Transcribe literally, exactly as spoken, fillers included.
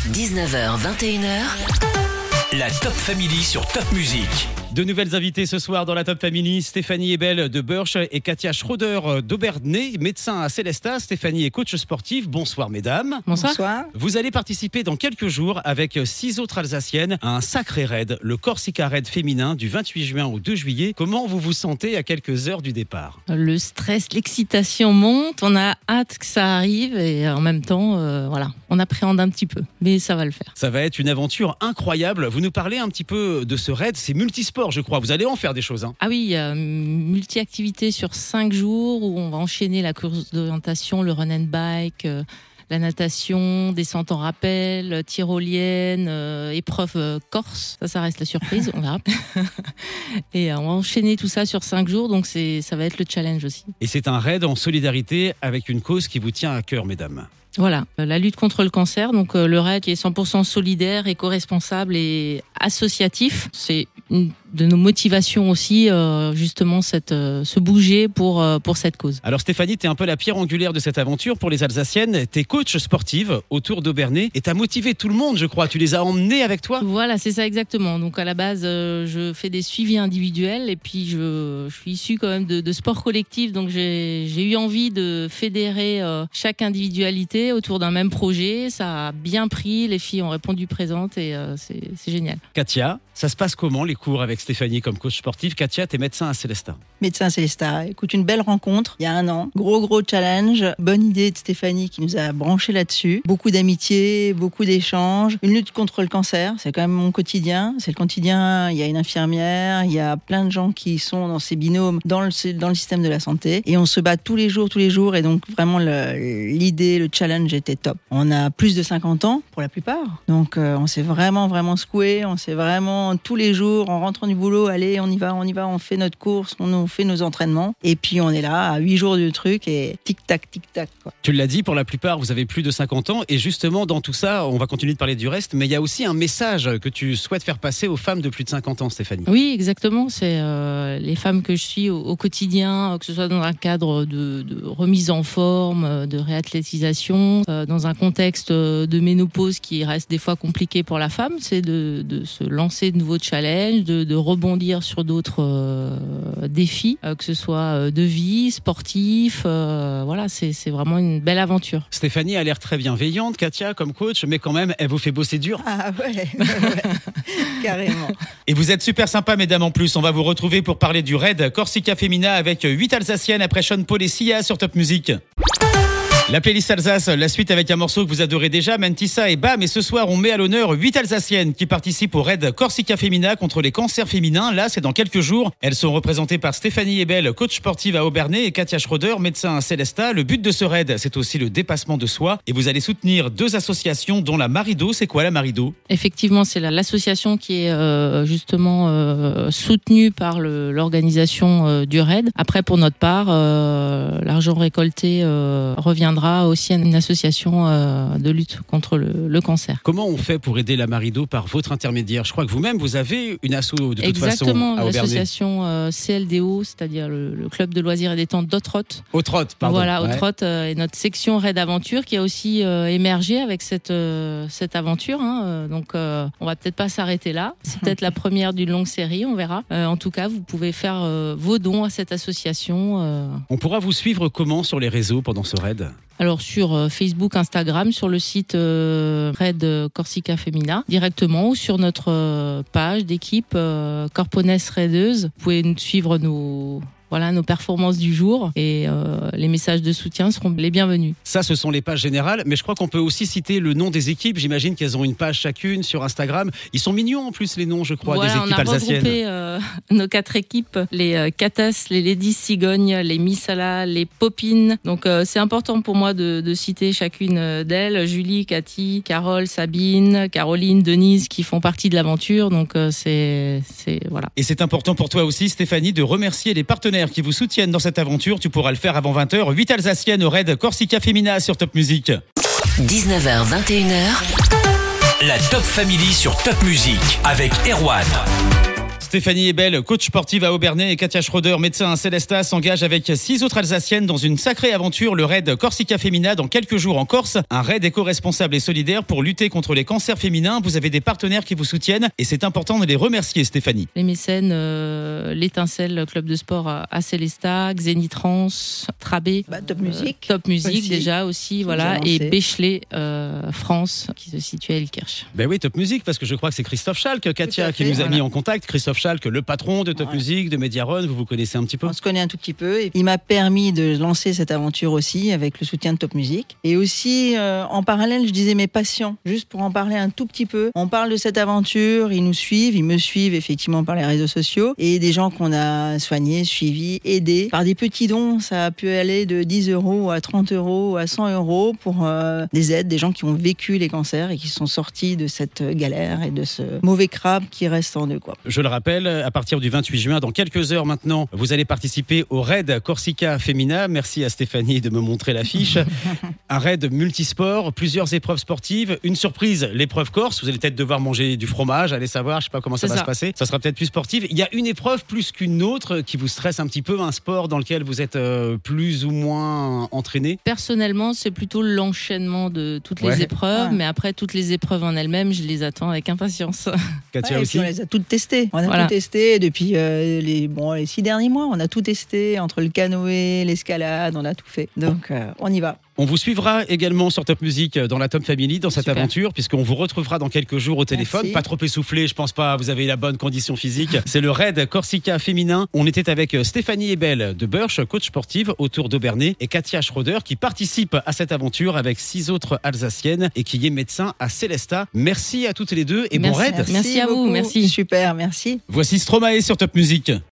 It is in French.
dix-neuf heures vingt et une heures, la Top Family sur Top Music. Deux nouvelles invitées ce soir dans la Top Family, Stéphanie Ebel de Burch et Katia Schroeder d'Aubernay, médecin à Célestat. Stéphanie est coach sportive. Bonsoir mesdames. Bonsoir. Bonsoir. Vous allez participer dans quelques jours avec six autres Alsaciennes à un sacré raid, le Corsica Raid féminin du vingt-huit juin au deux juillet. Comment vous vous sentez à quelques heures du départ ? Le stress, l'excitation monte, on a hâte que ça arrive et en même temps, euh, voilà, on appréhende un petit peu, mais ça va le faire. Ça va être une aventure incroyable. Vous nous parlez un petit peu de ce raid, c'est multisport je crois, vous allez en faire des choses. Hein. Ah oui, euh, multi-activités sur cinq jours où on va enchaîner la course d'orientation, le run and bike, euh, la natation, descente en rappel, tyrolienne, euh, épreuve euh, corse. Ça, ça reste la surprise, on verra. Et euh, on va enchaîner tout ça sur cinq jours, donc c'est, ça va être le challenge aussi. Et c'est un raid en solidarité avec une cause qui vous tient à cœur, mesdames. Voilà, la lutte contre le cancer, donc euh, le raid qui est cent pour cent solidaire, éco-responsable et associatif. C'est une de nos motivations aussi, euh, justement, cette, euh, se bouger pour, euh, pour cette cause. Alors Stéphanie, tu es un peu la pierre angulaire de cette aventure pour les Alsaciennes. Tu es coach sportive autour d'Aubernay et tu as motivé tout le monde, je crois. Tu les as emmenés avec toi ? Voilà, c'est ça exactement. Donc à la base, euh, je fais des suivis individuels et puis je, je suis issue quand même de, de sport collectif. Donc j'ai, j'ai eu envie de fédérer euh, chaque individualité autour d'un même projet. Ça a bien pris, les filles ont répondu présentes et euh, c'est, c'est génial. Katia, ça se passe comment les cours avec Stéphanie comme coach sportif ? Katia, t'es médecin à Célestat. Médecin à Célestat. Écoute, une belle rencontre il y a un an. Gros, gros challenge. Bonne idée de Stéphanie qui nous a branchés là-dessus. Beaucoup d'amitié, beaucoup d'échanges. Une lutte contre le cancer, c'est quand même mon quotidien. C'est le quotidien. Il y a une infirmière, il y a plein de gens qui sont dans ces binômes, dans le, dans le système de la santé. Et on se bat tous les jours, tous les jours. Et donc, vraiment, le, l'idée, le challenge était top. On a plus de cinquante ans, pour la plupart. Donc, euh, on s'est vraiment, vraiment secoué. On s'est vraiment, tous les jours, en rentrant du boulot, allez, on y va, on y va, on fait notre course, on, on fait nos entraînements. Et puis, on est là, à huit jours du truc, et tic-tac, tic-tac, quoi. Tu l'as dit, pour la plupart, vous avez plus de cinquante ans. Et justement, dans tout ça, on va continuer de parler du reste, mais il y a aussi un message que tu souhaites faire passer aux femmes de plus de cinquante ans, Stéphanie. Oui, exactement. C'est euh, les femmes que je suis au, au quotidien, que ce soit dans un cadre de, de remise en forme, de réathlétisation, euh, dans un contexte de ménopause qui reste des fois compliqué pour la femme, c'est de, de se lancer de nouveaux challenges, de, de rebondir sur d'autres euh, défis, euh, que ce soit de vie, sportif. Euh, voilà, c'est, c'est vraiment une belle aventure. Stéphanie a l'air très bienveillante, Katia, comme coach, mais quand même, elle vous fait bosser dur. Ah ouais, ouais, ouais. Carrément. Et vous êtes super sympa, mesdames, en plus. On va vous retrouver pour parler du raid Corsica Femina avec huit Alsaciennes après Sean Paul et Sia sur Top Music. La playlist Alsace, la suite avec un morceau que vous adorez déjà, Mentissa et Bam. Et ce soir, on met à l'honneur huit Alsaciennes qui participent au raid Corsica Femina contre les cancers féminins. Là, c'est dans quelques jours. Elles sont représentées par Stéphanie Ebel, coach sportive à Aubernay, et Katia Schroeder, médecin à Célestat. Le but de ce raid, c'est aussi le dépassement de soi. Et vous allez soutenir deux associations, dont la Marido. C'est quoi la Marido ? Effectivement, c'est la, l'association qui est euh, justement euh, soutenue par le, l'organisation euh, du raid. Après, pour notre part, euh, l'argent récolté euh, reviendra aussi à une association euh, de lutte contre le, le cancer. Comment on fait pour aider la Marido par votre intermédiaire ? Je crois que vous-même, vous avez une asso de toute Exactement, façon à Aubernay. L'association euh, C L D O, c'est-à-dire le, le club de loisirs et détente d'Autrotte. Autrotte, pardon. Voilà, ouais. Autrotte euh, est notre section Raid Aventure qui a aussi euh, émergé avec cette, euh, cette aventure. Hein. Donc, euh, on va peut-être pas s'arrêter là. C'est peut-être la première d'une longue série, on verra. Euh, en tout cas, vous pouvez faire euh, vos dons à cette association. Euh. On pourra vous suivre comment sur les réseaux pendant ce raid ? Alors sur euh, Facebook, Instagram, sur le site euh, Raid Corsica Femina directement ou sur notre euh, page d'équipe euh, Corponès Raideuse. Vous pouvez nous suivre nos Voilà nos performances du jour et euh, les messages de soutien seront les bienvenus. Ça, ce sont les pages générales, mais je crois qu'on peut aussi citer le nom des équipes. J'imagine qu'elles ont une page chacune sur Instagram. Ils sont mignons en plus les noms, je crois, voilà, des équipes alsaciennes. On a regroupé euh, nos quatre équipes, les euh, Catas, les Ladies Cigognes, les Missala, les Popines. Donc euh, c'est important pour moi de, de citer chacune d'elles. Julie, Cathy, Carole, Sabine, Caroline, Denise, qui font partie de l'aventure. Donc euh, c'est, c'est voilà. Et c'est important pour toi aussi, Stéphanie, de remercier les partenaires qui vous soutiennent dans cette aventure. Tu pourras le faire avant vingt heures. huit Alsaciennes au raid Corsica Femina sur Top Music. dix-neuf heures vingt et une heures, la Top Family sur Top Music avec Erwan. Stéphanie Ebel, coach sportive à Aubernais, et Katia Schroeder, médecin à Célestat, s'engagent avec six autres Alsaciennes dans une sacrée aventure, le raid Corsica Femina, dans quelques jours en Corse. Un raid éco-responsable et solidaire pour lutter contre les cancers féminins. Vous avez des partenaires qui vous soutiennent et c'est important de les remercier, Stéphanie. Les mécènes, euh, l'Étincelle, club de sport à, à Célestat, Xénitrans, Trabé, Bah, Top Music. euh, Top Music aussi. déjà aussi, Qui voilà, nous a et lancé. Béchelet, euh, France, qui se situe à Elkirch. Ben oui, Top Music, parce que je crois que c'est Christophe Schalk, Katia, à qui fait, nous a voilà. mis en contact. Christophe Schalk, le patron de Top Ouais. Music, de Mediaron, vous vous connaissez un petit peu? On se connaît un tout petit peu. Et il m'a permis de lancer cette aventure aussi avec le soutien de Top Music. Et aussi, euh, en parallèle, je disais mes patients, juste pour en parler un tout petit peu. On parle de cette aventure, ils nous suivent, ils me suivent effectivement par les réseaux sociaux. Et des gens qu'on a soignés, suivis, aidés. Par des petits dons, ça a pu aller de dix euros à trente euros à cent euros pour euh, des aides, des gens qui ont vécu les cancers et qui sont sortis de cette galère et de ce mauvais crabe qui reste en eux, quoi. Je le rappelle, à partir du vingt-huit juin, dans quelques heures maintenant, vous allez participer au raid Corsica Femina. Merci à Stéphanie de me montrer l'affiche. Un raid multisport, plusieurs épreuves sportives, une surprise, l'épreuve corse. Vous allez peut-être devoir manger du fromage, allez savoir, je sais pas comment ça C'est va ça. se passer. Ça sera peut-être plus sportif. Il y a une épreuve plus qu'une autre qui vous stresse un petit peu, un sport dans lequel vous êtes euh, plus ou moins entraîné. Personnellement, c'est plutôt l'enchaînement de toutes les Ouais. épreuves, Ouais. mais après, toutes les épreuves en elles-mêmes, je les attends avec impatience. Katia Ouais, et aussi. puis on les a toutes testées. On a Voilà. tout testé depuis euh, les, bon, les six derniers mois. On a tout testé entre le canoë, l'escalade, on a tout fait. Donc euh, on y va. On vous suivra également sur Top Music dans la Top Family dans cette Super. aventure, puisqu'on vous retrouvera dans quelques jours au téléphone. Merci. Pas trop essoufflé, je pense pas, vous avez la bonne condition physique. C'est le raid Corsica féminin. On était avec Stéphanie Ebel de Burch, coach sportive autour d'Aubernais, et Katia Schroeder qui participe à cette aventure avec six autres Alsaciennes et qui est médecin à Célestat. Merci à toutes les deux et bon Merci. raid. Merci à vous, beaucoup. merci. Super, merci. Voici Stromae sur Top Music.